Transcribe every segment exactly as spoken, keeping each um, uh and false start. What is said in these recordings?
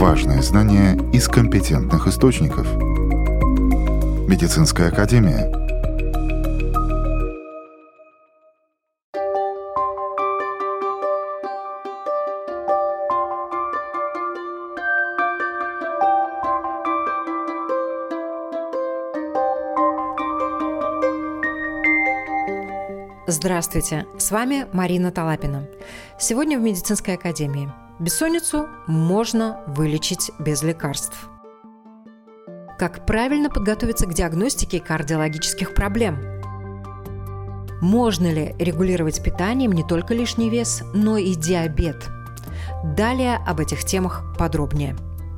важные знания из компетентных источников. Медицинская академия. Здравствуйте, с вами Марина Талапина. Сегодня в Медицинской академии. Бессонницу можно вылечить без лекарств. Как правильно подготовиться к диагностике кардиологических проблем? Можно ли регулировать питанием не только лишний вес, но и диабет? Далее об этих темах подробнее.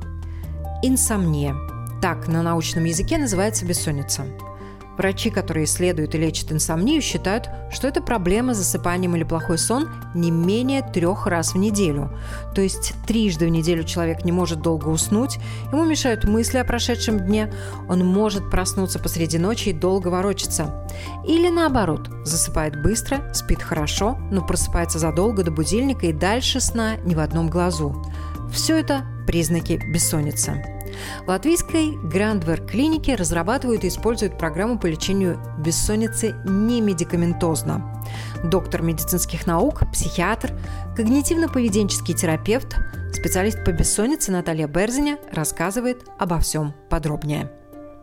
Инсомния. Так на научном языке называется бессонница. Врачи, которые исследуют и лечат инсомнию, считают, что это проблема с засыпанием или плохой сон не менее трех раз в неделю. То есть трижды в неделю человек не может долго уснуть, ему мешают мысли о прошедшем дне, он может проснуться посреди ночи и долго ворочаться. Или наоборот, засыпает быстро, спит хорошо, но просыпается задолго до будильника и дальше сна ни в одном глазу. Все это признаки бессонницы. В латвийской Грандверк-клинике разрабатывают и используют программу по лечению бессонницы немедикаментозно. Доктор медицинских наук, психиатр, когнитивно-поведенческий терапевт, специалист по бессоннице Наталья Берзиня рассказывает обо всем подробнее.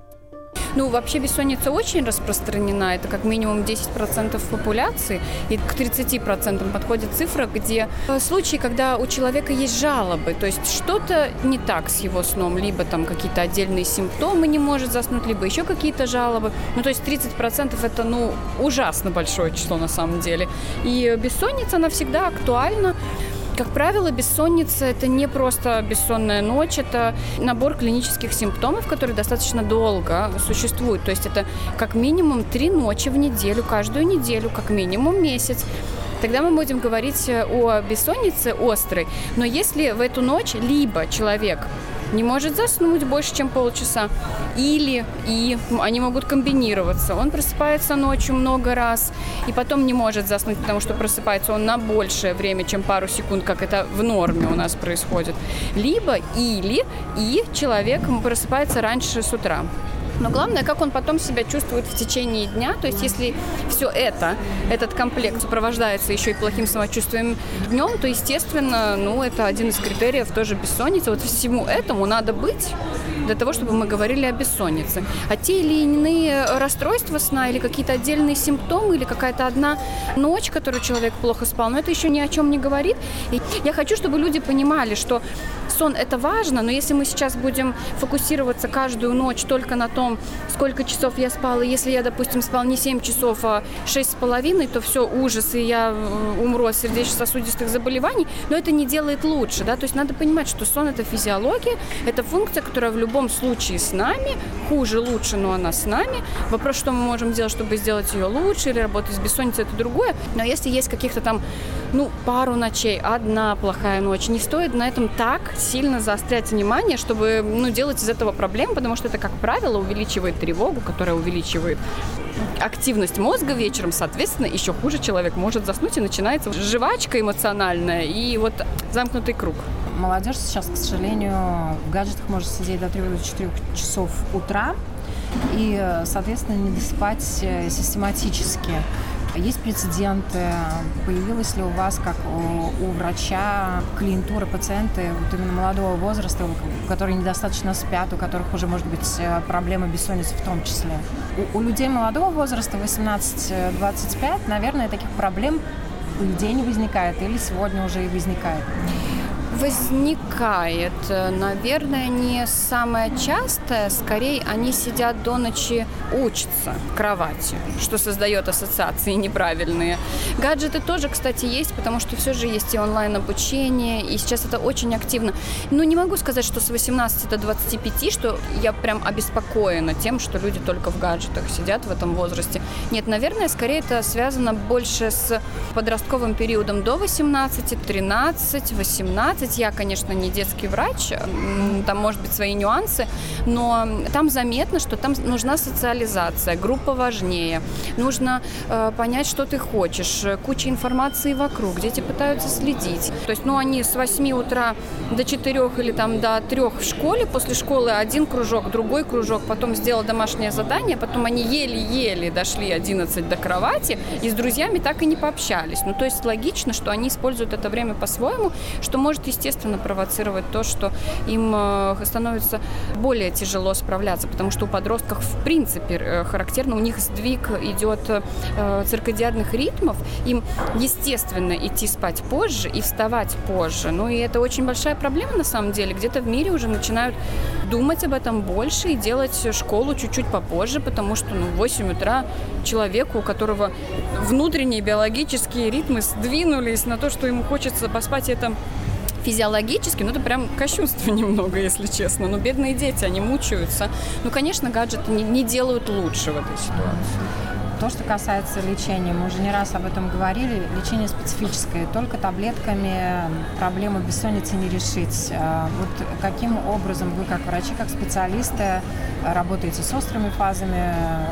Ну, вообще бессонница очень распространена, это как минимум десять процентов популяции, и к тридцати процентам подходит цифра, где случаи, когда у человека есть жалобы, то есть что-то не так с его сном, либо там какие-то отдельные симптомы, не может заснуть, либо еще какие-то жалобы, ну, то есть тридцать процентов это, ну, ужасно большое число на самом деле, и бессонница, она всегда актуальна. Как правило, бессонница – это не просто бессонная ночь, это набор клинических симптомов, которые достаточно долго существуют. То есть это как минимум три ночи в неделю, каждую неделю, как минимум месяц. Тогда мы будем говорить о бессоннице острой. Но если в эту ночь либо человек не может заснуть больше, чем полчаса, или и они могут комбинироваться. Он просыпается ночью много раз и потом не может заснуть, потому что просыпается он на большее время, чем пару секунд, как это в норме у нас происходит. Либо или и человек просыпается раньше с утра. Но главное, как он потом себя чувствует в течение дня. То есть, если все это, этот комплект сопровождается еще и плохим самочувствием днем, то, естественно, ну, это один из критериев тоже бессонницы. Вот всему этому надо быть для того, чтобы мы говорили о бессоннице. А те или иные расстройства сна или какие-то отдельные симптомы, или какая-то одна ночь, которую человек плохо спал, но это еще ни о чем не говорит. И я хочу, чтобы люди понимали, что сон – это важно, но если мы сейчас будем фокусироваться каждую ночь только на том, сколько часов я спала, и если я, допустим, спал не семь часов, а шесть с половиной, то все, ужас, и я умру от сердечно-сосудистых заболеваний, но это не делает лучше, да, то есть надо понимать, что сон – это физиология, это функция, которая в любом случае с нами, хуже, лучше, но она с нами. Вопрос, что мы можем делать, чтобы сделать ее лучше, или работать с бессонницей, это другое, но если есть каких-то там, ну, пару ночей, одна плохая ночь, не стоит на этом так сильно заострять внимание, чтобы, ну, делать из этого проблем, потому что это, как правило, увеличивает тревогу, которая увеличивает активность мозга вечером, соответственно, еще хуже человек может заснуть, и начинается жвачка эмоциональная, и вот замкнутый круг. Молодежь сейчас, к сожалению, в гаджетах может сидеть до трёх-четырёх часов утра и, соответственно, не досыпать систематически. Есть прецеденты? Появилась ли у вас, как у, у врача, клиентуры, пациенты вот именно молодого возраста, которые недостаточно спят, у которых уже может быть проблемы бессонницы в том числе? У, у людей молодого возраста, восемнадцать-двадцать пять, наверное, таких проблем по идее не возникает или сегодня уже и возникает? Возникает. Наверное, не самое частое. Скорее, они сидят до ночи, учатся в кровати, что создает ассоциации неправильные. Гаджеты тоже, кстати, есть, потому что все же есть и онлайн-обучение, и сейчас это очень активно. Но не могу сказать, что с восемнадцати до двадцати пяти, что я прям обеспокоена тем, что люди только в гаджетах сидят в этом возрасте. Нет, наверное, скорее это связано больше с подростковым периодом до восемнадцати, тринадцать, восемнадцать. двенадцать. Я, конечно, не детский врач, там, может быть, свои нюансы, но там заметно, что там нужна социализация, группа важнее, нужно э, понять, что ты хочешь, куча информации вокруг, дети пытаются следить. То есть, ну, они с восьми утра до четырех или там до трех в школе, после школы один кружок, другой кружок, потом сделал домашнее задание, потом они еле-еле дошли одиннадцать до кровати и с друзьями так и не пообщались. Ну, то есть логично, что они используют это время по-своему, что может, естественно, провоцировать то, что им э, становится более тяжело справляться, потому что у подростков, в принципе, э, характерно, у них сдвиг идет э, циркадианных ритмов, им, естественно, идти спать позже и вставать позже. Ну, и это очень большая проблема, на самом деле. Где-то в мире уже начинают думать об этом больше и делать школу чуть-чуть попозже, потому что, ну, в восемь утра человеку, у которого внутренние биологические ритмы сдвинулись на то, что ему хочется поспать, это физиологически, ну, это прям кощунство немного, если честно. Ну, бедные дети, они мучаются. Ну, конечно, гаджеты не, не делают лучше в этой ситуации. То, что касается лечения, мы уже не раз об этом говорили, лечение специфическое. Только таблетками проблему бессонницы не решить. Вот каким образом вы, как врачи, как специалисты, работаете с острыми фазами,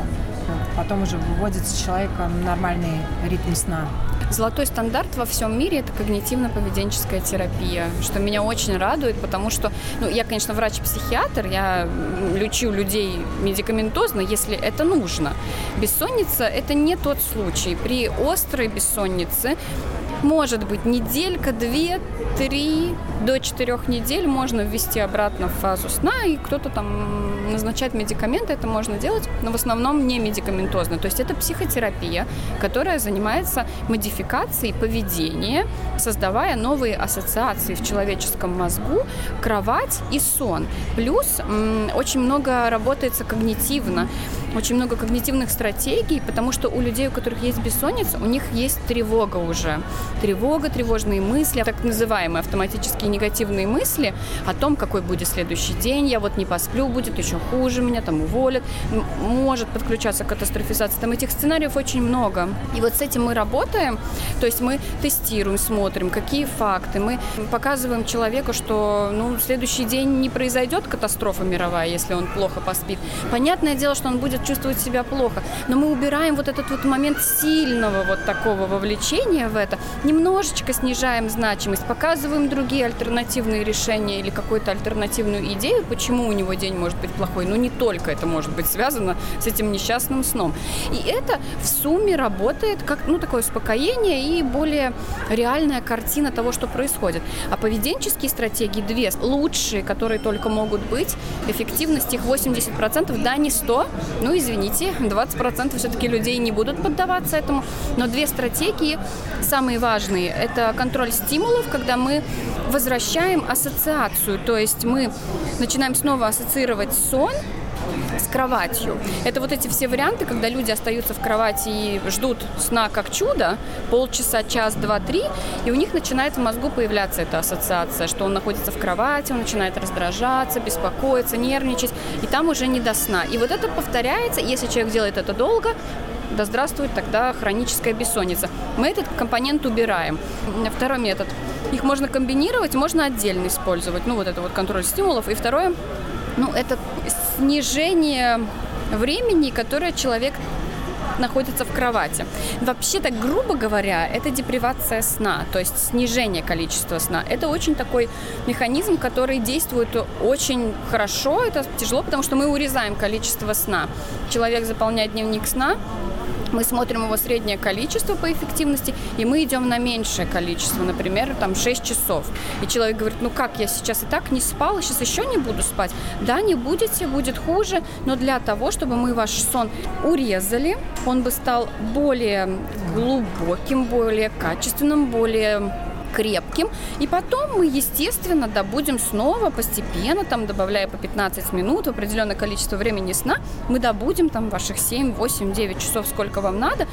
потом уже выводится человека в нормальный ритм сна? Золотой стандарт во всем мире – это когнитивно-поведенческая терапия, что меня очень радует, потому что, ну, я, конечно, врач-психиатр, я лечу людей медикаментозно, если это нужно. Бессонница – это не тот случай. При острой бессоннице может быть неделька, две, три, до четырех недель можно ввести обратно в фазу сна, и кто-то там назначает медикаменты, это можно делать, но в основном не медикаментозно. То есть это психотерапия, которая занимается модификацией поведения, создавая новые ассоциации в человеческом мозгу, кровать и сон. Плюс м- очень много работается когнитивно, очень много когнитивных стратегий, потому что у людей, у которых есть бессонница, у них есть тревога уже. Тревога, тревожные мысли, так называемые автоматические негативные мысли о том, какой будет следующий день, я вот не посплю, будет еще хуже, меня там уволят, может подключаться катастрофизация. Там этих сценариев очень много. И вот с этим мы работаем, то есть мы тестируем, смотрим, какие факты, мы показываем человеку, что, ну, следующий день не произойдет катастрофа мировая, если он плохо поспит. Понятное дело, что он будет чувствовать себя плохо, но мы убираем вот этот вот момент сильного вот такого вовлечения в это, немножечко снижаем значимость, показываем другие альтернативные решения или какую-то альтернативную идею, почему у него день может быть плохой, но не только это может быть связано с этим несчастным сном. И это в сумме работает как, ну, такое успокоение и более реальная картина того, что происходит. А поведенческие стратегии две лучшие, которые только могут быть, эффективность их восемьдесят процентов, да, не сто, ну, извините, двадцать процентов все-таки людей не будут поддаваться этому, но две стратегии самые важные. Это контроль стимулов, когда мы возвращаем ассоциацию, то есть мы начинаем снова ассоциировать сон с кроватью. Это вот эти все варианты, когда люди остаются в кровати и ждут сна как чудо, полчаса, час, два, три, и у них начинает в мозгу появляться эта ассоциация, что он находится в кровати, он начинает раздражаться, беспокоиться, нервничать, и там уже не до сна. И вот это повторяется, если человек делает это долго, да здравствует тогда хроническая бессонница. Мы этот компонент убираем. Второй метод. Их можно комбинировать, можно отдельно использовать. Ну, вот это вот контроль стимулов. И второе, ну, это снижение времени, которое человек находится в кровати. Вообще, так грубо говоря, это депривация сна, то есть снижение количества сна. Это очень такой механизм, который действует очень хорошо. Это тяжело, потому что мы урезаем количество сна. Человек заполняет дневник сна, мы смотрим его среднее количество по эффективности, и мы идем на меньшее количество, например, там шесть часов. И человек говорит, ну как, я сейчас и так не спал, сейчас еще не буду спать. Да, не будете, будет хуже, но для того, чтобы мы ваш сон урезали, он бы стал более глубоким, более качественным, более крепким. И потом мы, естественно, добудем снова постепенно, там, добавляя по пятнадцать минут в определенное количество времени сна, мы добудем там ваших семь, восемь, девять часов, сколько вам надо.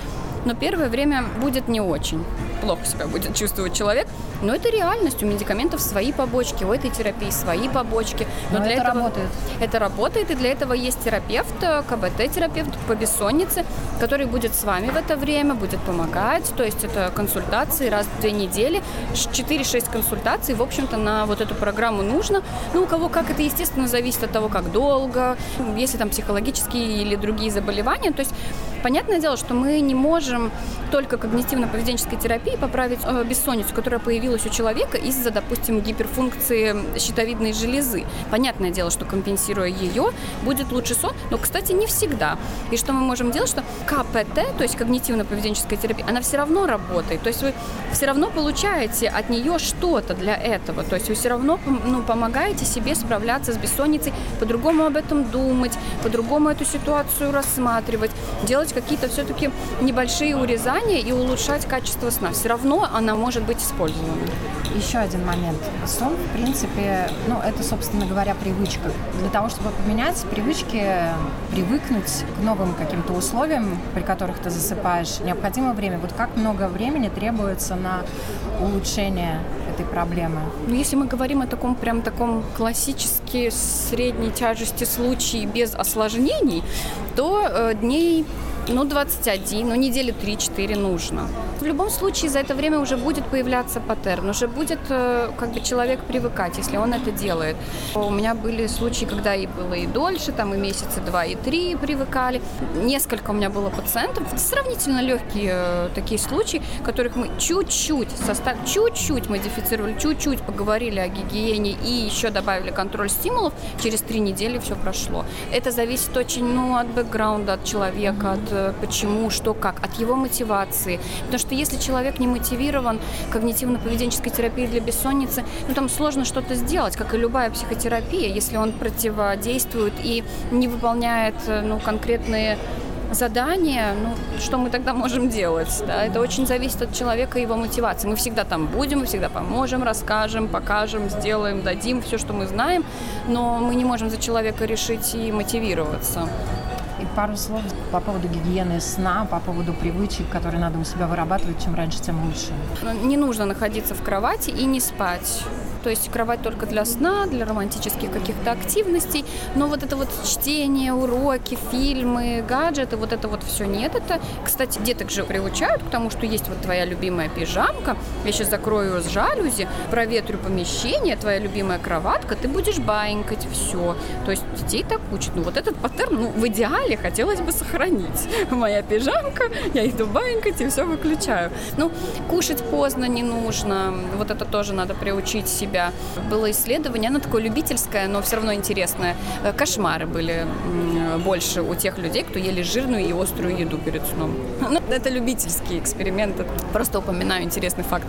но первое время будет не очень. Плохо себя будет чувствовать человек, но это реальность. У медикаментов свои побочки, у этой терапии свои побочки. Но, но для это этого работает. Это работает, и для этого есть терапевт, ка бэ тэ-терапевт по бессоннице, который будет с вами в это время, будет помогать. То есть это консультации раз в две недели, четыре-шесть консультаций, в общем-то, на вот эту программу нужно. Ну, у кого как, это, естественно, зависит от того, как долго, если там психологические или другие заболевания. То есть понятное дело, что мы не можем только когнитивно-поведенческой терапией поправить э, бессонницу, которая появилась у человека из-за, допустим, гиперфункции щитовидной железы. Понятное дело, что компенсируя ее, будет лучше сон, но, кстати, не всегда. И что мы можем делать, что ка пэ тэ, то есть когнитивно-поведенческая терапия, она все равно работает. То есть вы все равно получаете от нее что-то для этого. То есть вы все равно ну, помогаете себе справляться с бессонницей, по-другому об этом думать, по-другому эту ситуацию рассматривать, делать какие-то все-таки небольшие урезания и улучшать качество сна. Все равно она может быть использована. Еще один момент. Сон, в принципе, ну, это, собственно говоря, привычка. Для того, чтобы поменять привычки, привыкнуть к новым каким-то условиям, при которых ты засыпаешь, необходимо время. Вот как много времени требуется на улучшение этой проблемы? Ну, если мы говорим о таком прям таком классически средней тяжести случае без осложнений, то э, дней ну, двадцать один, ну, недели три-четыре нужно. В любом случае за это время уже будет появляться паттерн, уже будет как бы человек привыкать, если он это делает. У меня были случаи, когда и было и дольше, там и месяца два, и три привыкали. Несколько у меня было пациентов, сравнительно легкие такие случаи, которых мы чуть-чуть состав, чуть-чуть модифицировали, чуть-чуть поговорили о гигиене и еще добавили контроль стимулов, через три недели все прошло. Это зависит очень, ну, от бэкграунда, от человека, от почему, что, как, от его мотивации. Потому что если человек не мотивирован когнитивно-поведенческой терапией для бессонницы, ну там сложно что-то сделать, как и любая психотерапия, если он противодействует и не выполняет ну, конкретные задания, ну, что мы тогда можем делать? Да? Это очень зависит от человека и его мотивации. Мы всегда там будем, мы всегда поможем, расскажем, покажем, сделаем, дадим все, что мы знаем, но мы не можем за человека решить и мотивироваться. И пару слов по поводу гигиены сна, по поводу привычек, которые надо у себя вырабатывать. Чем раньше, тем лучше. Не нужно находиться в кровати и не спать. То есть кровать только для сна, для романтических каких-то активностей. Но вот это вот чтение, уроки, фильмы, гаджеты, вот это вот все нет. Это, кстати, деток же приучают к тому, что есть вот твоя любимая пижамка. Я сейчас закрою с жалюзи, проветрю помещение, твоя любимая кроватка, ты будешь баинькать, все. То есть детей так учат. Ну вот этот паттерн, ну в идеале хотелось бы сохранить. Моя пижамка, я иду баинькать и все выключаю. Ну, кушать поздно не нужно. Вот это тоже надо приучить себя. Было исследование, оно такое любительское, но все равно интересное. Кошмары были больше у тех людей, кто ели жирную и острую еду перед сном. Ну, это любительский эксперимент, просто упоминаю интересный факт.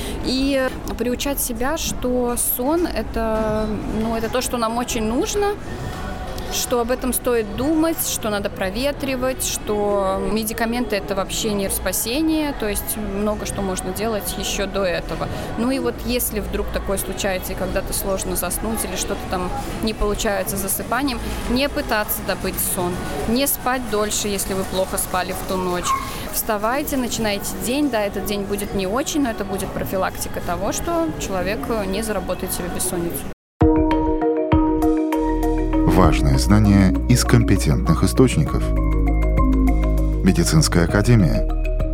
И приучать себя, что сон это, ну, это то, что нам очень нужно, что об этом стоит думать, что надо проветривать, что медикаменты – это вообще не спасение, то есть много что можно делать еще до этого. Ну и вот если вдруг такое случается, и когда-то сложно заснуть или что-то там не получается с засыпанием, не пытаться добыть сон, не спать дольше, если вы плохо спали в ту ночь. Вставайте, начинайте день, да, этот день будет не очень, но это будет профилактика того, что человек не заработает себе бессонницу. Важные знания из компетентных источников. Медицинская академия.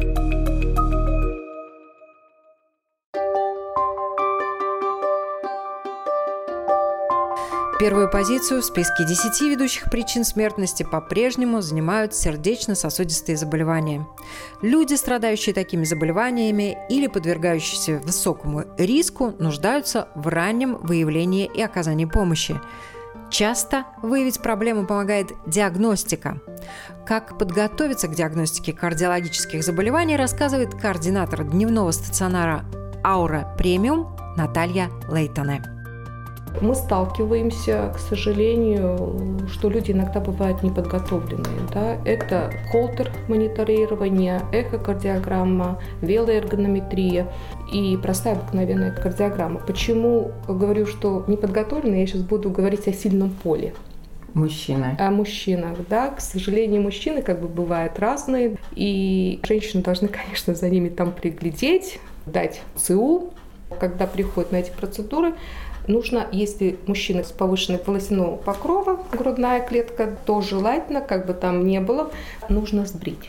Первую позицию в списке десяти ведущих причин смертности по-прежнему занимают сердечно-сосудистые заболевания. Люди, страдающие такими заболеваниями или подвергающиеся высокому риску, нуждаются в раннем выявлении и оказании помощи. Часто выявить проблему помогает диагностика. Как подготовиться к диагностике кардиологических заболеваний, рассказывает координатор дневного стационара «Аура Премиум» Наталья Лейтоне. Мы сталкиваемся, к сожалению, что люди иногда бывают неподготовленные. Да? Это холтер мониторирование, эхокардиограмма, велоэргонометрия и простая обыкновенная кардиограмма. Почему говорю, что неподготовленные? Я сейчас буду говорить о сильном поле. Мужчины. О мужчинах, да. К сожалению, мужчины как бы бывают разные. И женщины должны, конечно, за ними там приглядеть, дать ЦУ. Когда приходят на эти процедуры, нужно, если мужчина с повышенной волосяного покрова, грудная клетка, то желательно, как бы там ни было, нужно сбрить.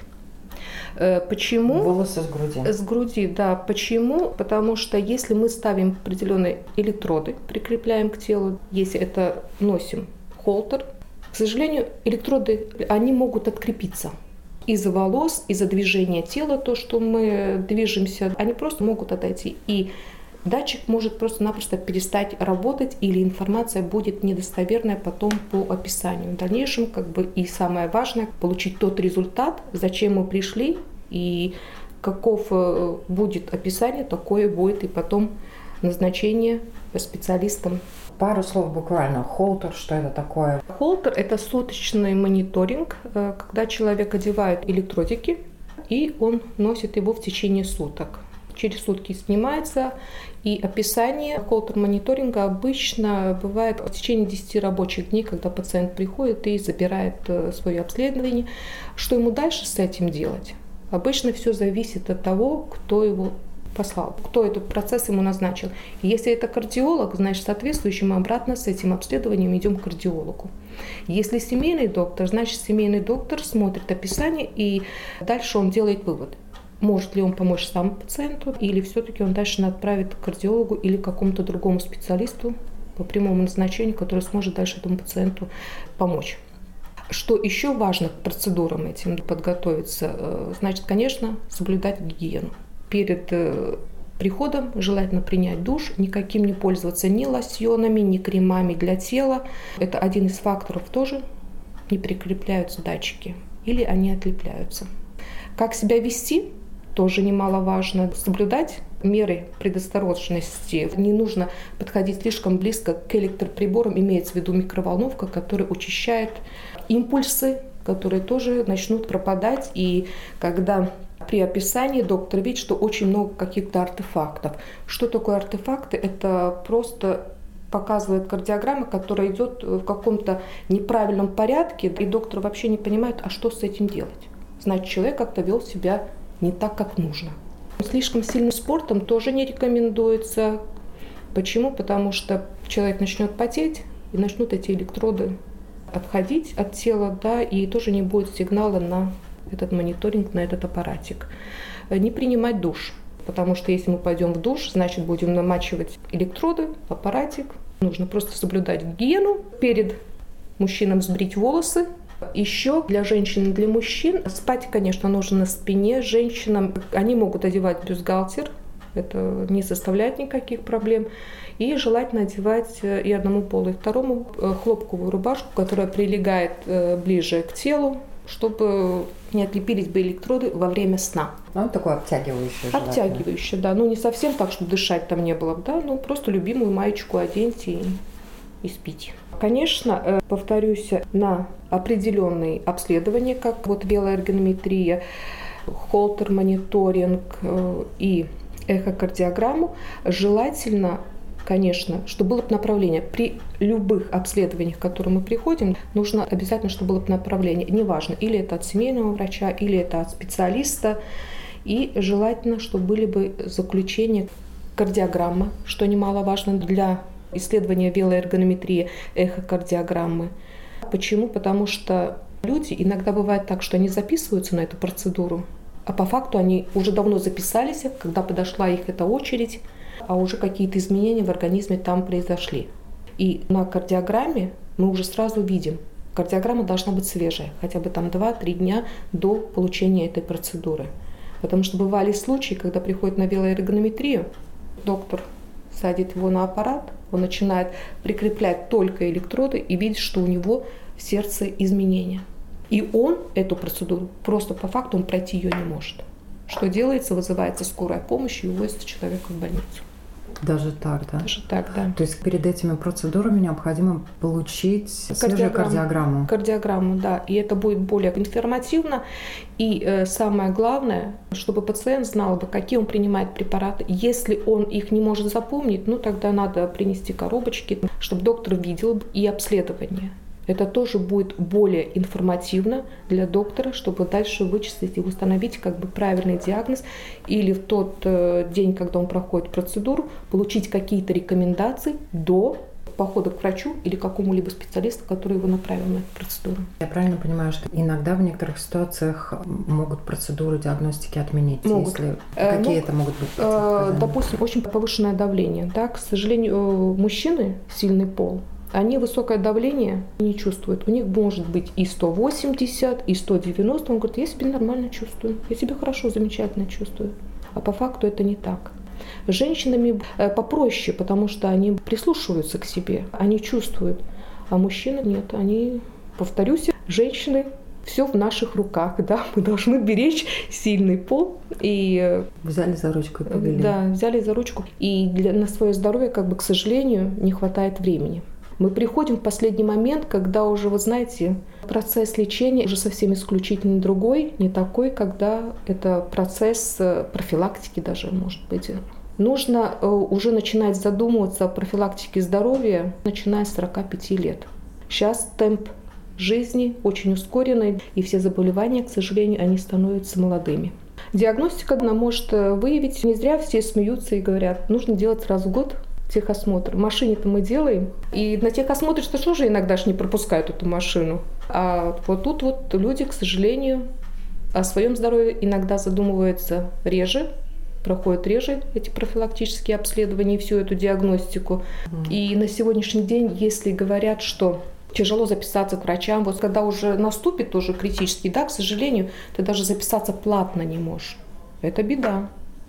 Почему? Волосы с груди. С груди, да. Почему? Потому что если мы ставим определенные электроды, прикрепляем к телу, если это носим холтер, к сожалению, электроды, они могут открепиться. Из-за волос, из-за движения тела, то, что мы движемся, они просто могут отойти. И датчик может просто-напросто перестать работать, или информация будет недостоверная потом по описанию. В дальнейшем, как бы, и самое важное, получить тот результат, зачем мы пришли, и каков будет описание, такое будет и потом назначение специалистам. Пару слов буквально. Холтер, что это такое? Холтер – это суточный мониторинг, когда человек одевает электродики, и он носит его в течение суток. Через сутки снимается, и описание холтер-мониторинга обычно бывает в течение десяти рабочих дней, когда пациент приходит и забирает свое обследование. Что ему дальше с этим делать? Обычно все зависит от того, кто его послал, кто этот процесс ему назначил. И если это кардиолог, значит, соответствующим мы обратно с этим обследованием идем к кардиологу. Если семейный доктор, значит, семейный доктор смотрит описание, и дальше он делает вывод. Может ли он помочь сам пациенту, или все-таки он дальше отправит к кардиологу или к какому-то другому специалисту по прямому назначению, который сможет дальше этому пациенту помочь. Что еще важно к процедурам этим подготовиться, значит, конечно, соблюдать гигиену. Перед приходом желательно принять душ, никаким не пользоваться ни лосьонами, ни кремами для тела. Это один из факторов тоже, не прикрепляются датчики или они отлепляются. Как себя вести? Тоже немаловажно. Соблюдать меры предосторожности. Не нужно подходить слишком близко к электроприборам, имеется в виду микроволновка, которая учащает импульсы, которые тоже начнут пропадать. И когда при описании доктор видит, что очень много каких-то артефактов. Что такое артефакты? Это просто показывает кардиограмма, которая идет в каком-то неправильном порядке, и доктор вообще не понимает, а что с этим делать. Значит, человек как-то вел себя не так, как нужно. Слишком сильным спортом тоже не рекомендуется. Почему? Потому что человек начнет потеть, и начнут эти электроды отходить от тела, да, и тоже не будет сигнала на этот мониторинг, на этот аппаратик. Не принимать душ, потому что если мы пойдем в душ, значит, будем намачивать электроды, аппаратик. Нужно просто соблюдать гигиену. Перед мужчинам сбрить волосы. Еще для женщин и для мужчин спать, конечно, нужно на спине. Женщинам они могут одевать бюстгальтер, это не составляет никаких проблем. И желательно одевать и одному полу, и второму хлопковую рубашку, которая прилегает ближе к телу, чтобы не отлепились бы электроды во время сна. Ну, такое обтягивающее. Обтягивающее, да. Ну, не совсем так, чтобы дышать там не было, да, ну, просто любимую маечку оденьте и, и спите. Конечно, повторюсь, на определенные обследования, как вот велоэргонометрия, холтер-мониторинг и эхокардиограмму, желательно, конечно, чтобы было бы направление. При любых обследованиях, к которым мы приходим, нужно обязательно, чтобы было бы направление. Неважно, или это от семейного врача, или это от специалиста. И желательно, чтобы были бы заключения кардиограммы, что немаловажно для исследования велоэргонометрии, эхокардиограммы. Почему? Потому что люди иногда бывает так, что они записываются на эту процедуру, а по факту они уже давно записались, когда подошла их эта очередь, а уже какие-то изменения в организме там произошли. И на кардиограмме мы уже сразу видим, кардиограмма должна быть свежая, хотя бы там два-три дня до получения этой процедуры. Потому что бывали случаи, когда приходит на велоэргонометрию, доктор садит его на аппарат, он начинает прикреплять только электроды и видит, что у него в сердце изменения. И он эту процедуру просто по факту он пройти ее не может. Что делается? Вызывается скорая помощь и увозится человека в больницу. Даже так, да? Даже так, да. То есть перед этими процедурами необходимо получить свежую кардиограмму. Кардиограмму, да. И это будет более информативно. И э, самое главное, чтобы пациент знал бы, какие он принимает препараты. Если он их не может запомнить, ну тогда надо принести коробочки, чтобы доктор видел и обследование. Это тоже будет более информативно для доктора, чтобы дальше вычислить и установить как бы правильный диагноз, или в тот э, день, когда он проходит процедуру, получить какие-то рекомендации до похода к врачу или какому-либо специалисту, который его направил на эту процедуру. Я правильно понимаю, что иногда в некоторых ситуациях могут процедуру диагностики отменить? Могут. Если... Э, Какие ну, это могут быть? Э, допустим, очень повышенное давление. Да? К сожалению, мужчины, сильный пол, они высокое давление не чувствуют. У них может быть и сто восемьдесят, и сто девяносто. Он говорит, я себя нормально чувствую, я себя хорошо, замечательно чувствую. А по факту это не так. С женщинами попроще, потому что они прислушиваются к себе, они чувствуют. А мужчины нет, они, повторюсь, женщины, все в наших руках, да, мы должны беречь сильный пол. И, взяли за ручку и повели. Да, взяли за ручку. И для, на свое здоровье, как бы, к сожалению, не хватает времени. Мы приходим в последний момент, когда уже, вы знаете, процесс лечения уже совсем исключительно другой, не такой, когда это процесс профилактики даже, может быть. Нужно уже начинать задумываться о профилактике здоровья, начиная с сорока пяти лет. Сейчас темп жизни очень ускоренный, и все заболевания, к сожалению, они становятся молодыми. Диагностика она может выявить, не зря все смеются и говорят, нужно делать раз в год техосмотр. В машине-то мы делаем. И на техосмотре что тоже иногда ж не пропускают эту машину. А вот тут вот люди, к сожалению, о своем здоровье иногда задумываются реже, проходят реже эти профилактические обследования и всю эту диагностику. Mm. И на сегодняшний день, если говорят, что тяжело записаться к врачам, вот когда уже наступит тоже критический, да, к сожалению, ты даже записаться платно не можешь. Это беда.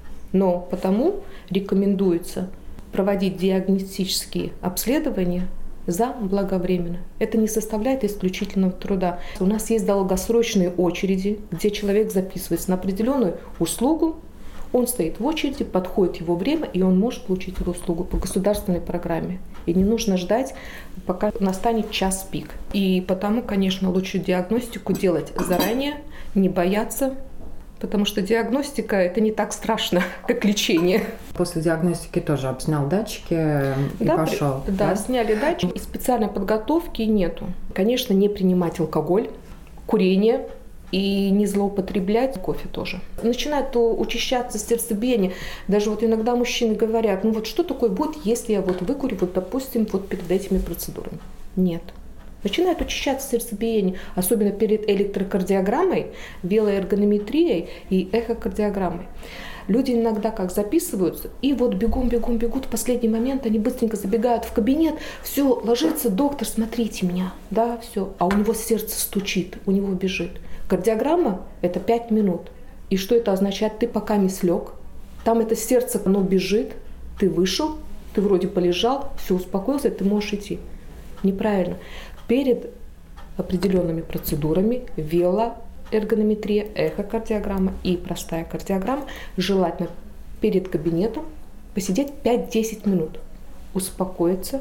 Но потому рекомендуется проводить диагностические обследования заблаговременно. Это не составляет исключительного труда. У нас есть долгосрочные очереди, где человек записывается на определенную услугу, он стоит в очереди, подходит его время, и он может получить эту услугу по государственной программе. И не нужно ждать, пока настанет час пик. И потому, конечно, лучше диагностику делать заранее, не бояться, потому что диагностика – это не так страшно, как лечение. После диагностики тоже обснял датчики и да, пошел. Да, да, сняли датчики, и специальной подготовки нету. Конечно, не принимать алкоголь, курение и не злоупотреблять кофе тоже. Начинает учащаться сердцебиение. Даже вот иногда мужчины говорят, ну вот что такое будет, если я вот выкурю, вот допустим, вот перед этими процедурами? Нет. Начинает учащаться сердцебиение, особенно перед электрокардиограммой, велоэргонометрией и эхокардиограммой. Люди иногда как записываются, и вот бегом, бегом, бегут, в последний момент они быстренько забегают в кабинет, все, ложится доктор, смотрите меня, да, все, а у него сердце стучит, у него бежит. Кардиограмма – это пять минут. И что это означает? Ты пока не слег, там это сердце, оно бежит, ты вышел, ты вроде полежал, все, успокоился, ты можешь идти. Неправильно. Перед определенными процедурами велоэргонометрия, эхокардиограмма и простая кардиограмма желательно перед кабинетом посидеть пять-десять минут, успокоиться,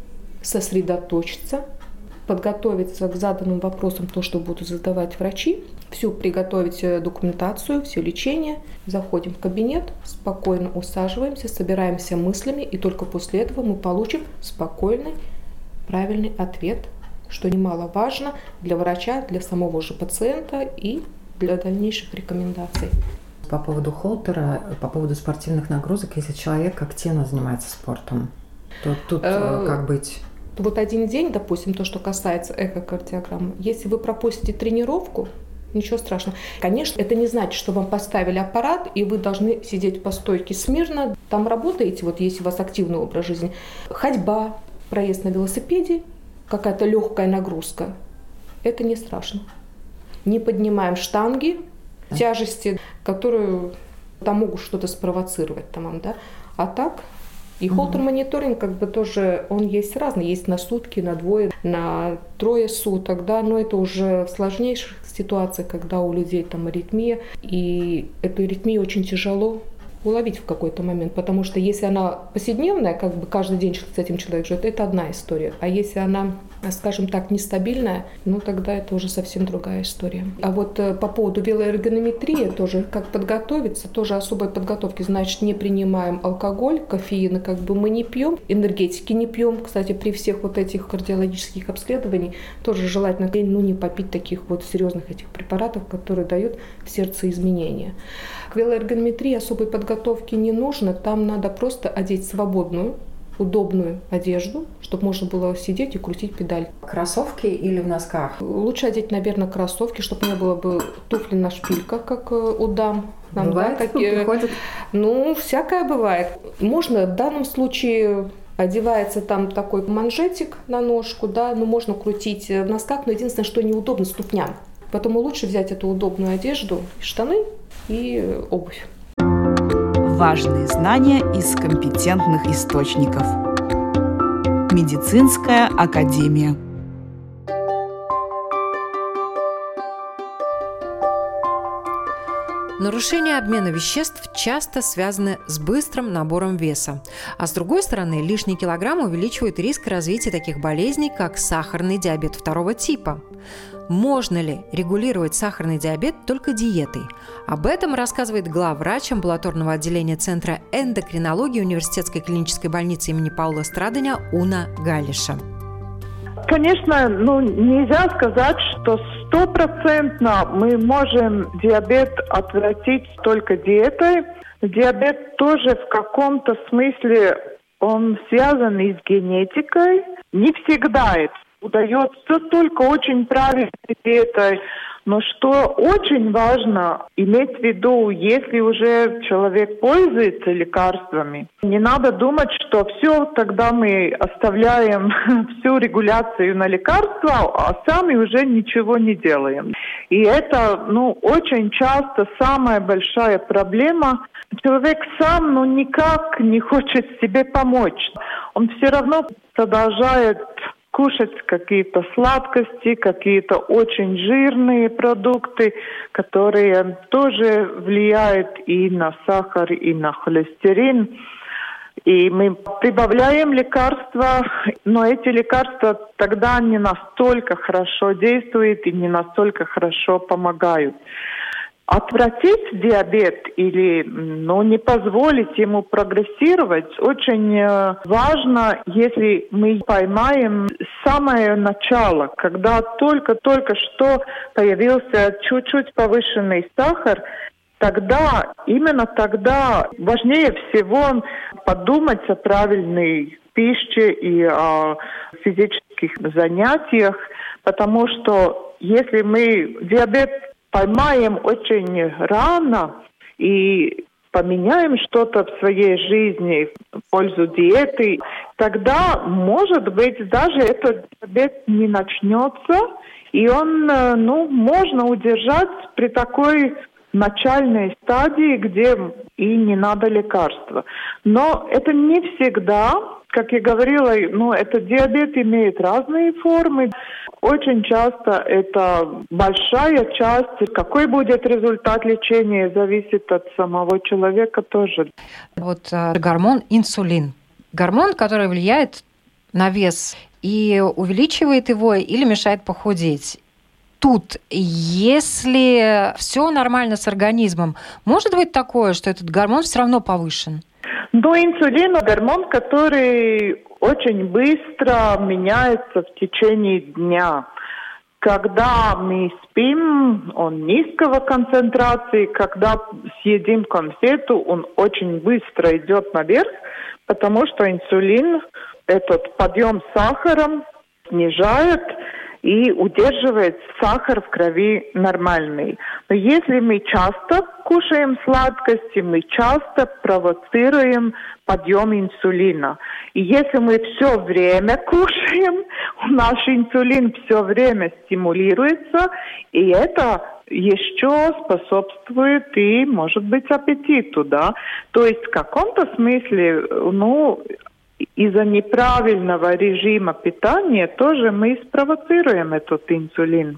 сосредоточиться, подготовиться к заданным вопросам, то, что будут задавать врачи, всю приготовить документацию, все лечение, заходим в кабинет, спокойно усаживаемся, собираемся мыслями, и только после этого мы получим спокойный, правильный ответ, что немаловажно для врача, для самого же пациента и для дальнейших рекомендаций. По поводу холтера, по поводу спортивных нагрузок, если человек активно занимается спортом, то тут как быть? Вот один день, допустим, то, что касается эхокардиограммы, если вы пропустите тренировку, ничего страшного. Конечно, это не значит, что вам поставили аппарат, и вы должны сидеть по стойке смирно. Там работаете, вот если у вас активный образ жизни, ходьба, проезд на велосипеде, какая-то легкая нагрузка, это не страшно. Не поднимаем штанги, тяжести, которые там могут что-то спровоцировать. Там, да? А так, и холтер-мониторинг как бы тоже, он есть разный. Есть на сутки, на двое, на трое суток, да, но это уже в сложнейших ситуациях, когда у людей там аритмия, и эту аритмию очень тяжело уловить в какой-то момент, потому что если она повседневная, как бы каждый день с этим человек живет, это одна история, а если она, скажем так, нестабильная, ну тогда это уже совсем другая история. А вот по поводу велоэргонометрии тоже, как подготовиться, тоже особой подготовки, значит, не принимаем алкоголь, кофеин, как бы мы не пьем, энергетики не пьем, кстати, при всех вот этих кардиологических обследований тоже желательно, ну, не попить таких вот серьезных этих препаратов, которые дают в сердце изменения. К велоэргонометрии особой подготовки не нужно, там надо просто одеть свободную, удобную одежду, чтобы можно было сидеть и крутить педаль. Кроссовки или в носках? Лучше одеть, наверное, кроссовки, чтобы не было бы туфли на шпильках, как у дам. Нам, бывает, да, какие... приходят? Ну, всякое бывает. Можно в данном случае... Одевается там такой манжетик на ножку, да, ну можно крутить в носках, но единственное, что неудобно ступням. Поэтому лучше взять эту удобную одежду, штаны и обувь. Важные знания из компетентных источников. Медицинская академия. Нарушения обмена веществ часто связаны с быстрым набором веса. А с другой стороны, лишний килограмм увеличивает риск развития таких болезней, как сахарный диабет второго типа. Можно ли регулировать сахарный диабет только диетой? Об этом рассказывает главврач амбулаторного отделения Центра эндокринологии Университетской клинической больницы имени Паула Страдания Уна Галиша. Конечно, ну, нельзя сказать, что стопроцентно мы можем диабет отвратить только диетой. Диабет тоже в каком-то смысле он связан и с генетикой. Не всегда это удается только очень правильной диетой. Но что очень важно иметь в виду, если уже человек пользуется лекарствами, не надо думать, что все, тогда мы оставляем всю регуляцию на лекарства, а сами уже ничего не делаем. И это, ну, очень часто самая большая проблема. Человек сам, ну, никак не хочет себе помочь. Он все равно продолжает кушать какие-то сладкости, какие-то очень жирные продукты, которые тоже влияют и на сахар, и на холестерин. И мы прибавляем лекарства, но эти лекарства тогда не настолько хорошо действуют и не настолько хорошо помогают. Отвратить диабет или, ну, не позволить ему прогрессировать очень важно, если мы поймаем самое начало, когда только-только что появился чуть-чуть повышенный сахар. Тогда, именно тогда важнее всего подумать о правильной пище и о физических занятиях, потому что если мы диабет поймаем очень рано и поменяем что-то в своей жизни в пользу диеты, тогда, может быть, даже этот диабет не начнется, и он, ну, можно удержать при такой начальной стадии, где и не надо лекарства. Но это не всегда, как я говорила, ну, этот диабет имеет разные формы. Очень часто это большая часть. Какой будет результат лечения, зависит от самого человека тоже. Вот э, гормон инсулин. Гормон, который влияет на вес и увеличивает его или мешает похудеть. Тут, если все нормально с организмом, может быть такое, что этот гормон все равно повышен? Но инсулин – гормон, который очень быстро меняется в течение дня. Когда мы спим, он низкого концентрации, когда съедим конфету, он очень быстро идет наверх, потому что инсулин этот подъем сахара снижает и удерживает сахар в крови нормальный. Но если мы часто кушаем сладкости, мы часто провоцируем подъем инсулина. И если мы все время кушаем, наш инсулин все время стимулируется, и это еще способствует и, может быть, аппетиту, да. То есть в каком-то смысле, ну, из-за неправильного режима питания тоже мы спровоцируем этот инсулин.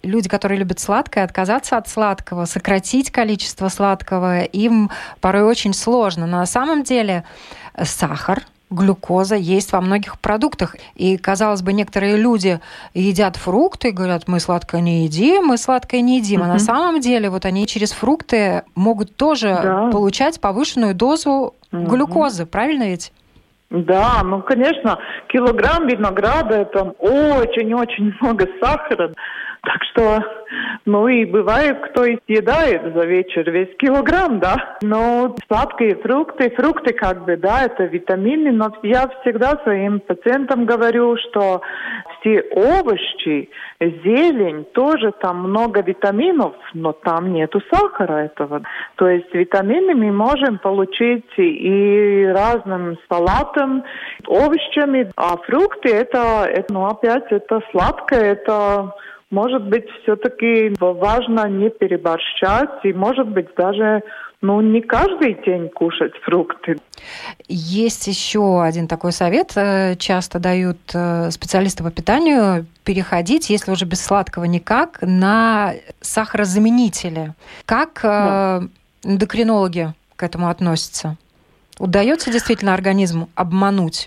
люди, которые любят сладкое, отказаться от сладкого, сократить количество сладкого, им порой очень сложно. Но на самом деле сахар, глюкоза есть во многих продуктах. И, казалось бы, некоторые люди едят фрукты и говорят, мы сладкое не едим, мы сладкое не едим. Mm-hmm. А на самом деле вот они через фрукты могут тоже да. получать повышенную дозу mm-hmm. глюкозы. Правильно ведь? Да, ну, конечно, килограмм винограда – это очень-очень много сахара. Так что, ну и бывает, кто и съедает за вечер весь килограмм, да. Но сладкие фрукты, фрукты как бы, да, это витамины, но я всегда своим пациентам говорю, что все овощи, зелень, тоже там много витаминов, но там нету сахара этого. То есть витамины мы можем получить и разным салатом, овощами, а фрукты это, это ну опять, это сладкое, это... Может быть, все-таки важно не переборщать и, может быть, даже ну, не каждый день кушать фрукты. Есть еще один такой совет. Часто дают специалисты по питанию переходить, если уже без сладкого никак, на сахарозаменители. Как да. эндокринологи к этому относятся? Удается действительно организму обмануть?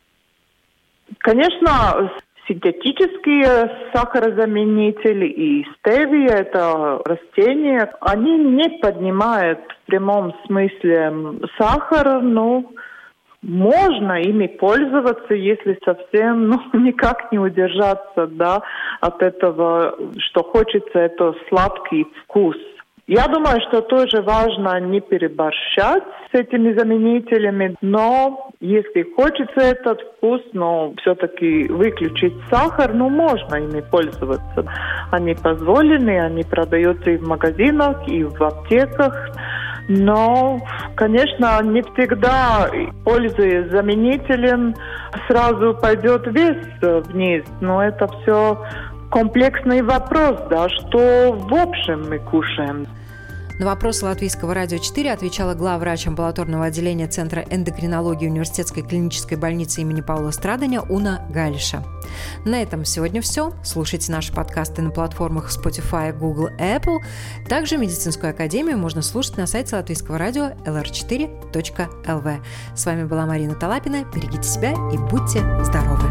Конечно, синтетические сахарозаменители и стевия, это растения, они не поднимают в прямом смысле сахар, но можно ими пользоваться, если совсем ну, никак не удержаться да, от этого, что хочется, это сладкий вкус. Я думаю, что тоже важно не переборщать с этими заменителями, но если хочется этот вкус, но все-таки выключить сахар, ну, можно ими пользоваться. Они позволены, они продаются и в магазинах, и в аптеках. Но, конечно, не всегда, пользуясь заменителем, сразу пойдет вес вниз. Но это все комплексный вопрос, да, что в общем мы кушаем. На вопросы Латвийского радио четыре отвечала главврач амбулаторного отделения Центра эндокринологии Университетской клинической больницы имени Паула Страданя Уна Галиша. На этом сегодня все. Слушайте наши подкасты на платформах Spotify, Google, Apple. Также медицинскую академию можно слушать на сайте Латвийского радио эл эр четыре точка эл ви. С вами была Марина Талапина. Берегите себя и будьте здоровы!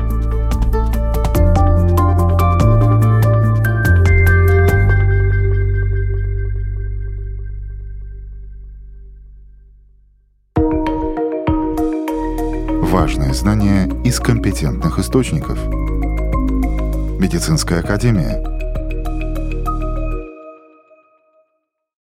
Важные знания из компетентных источников. Медицинская академия.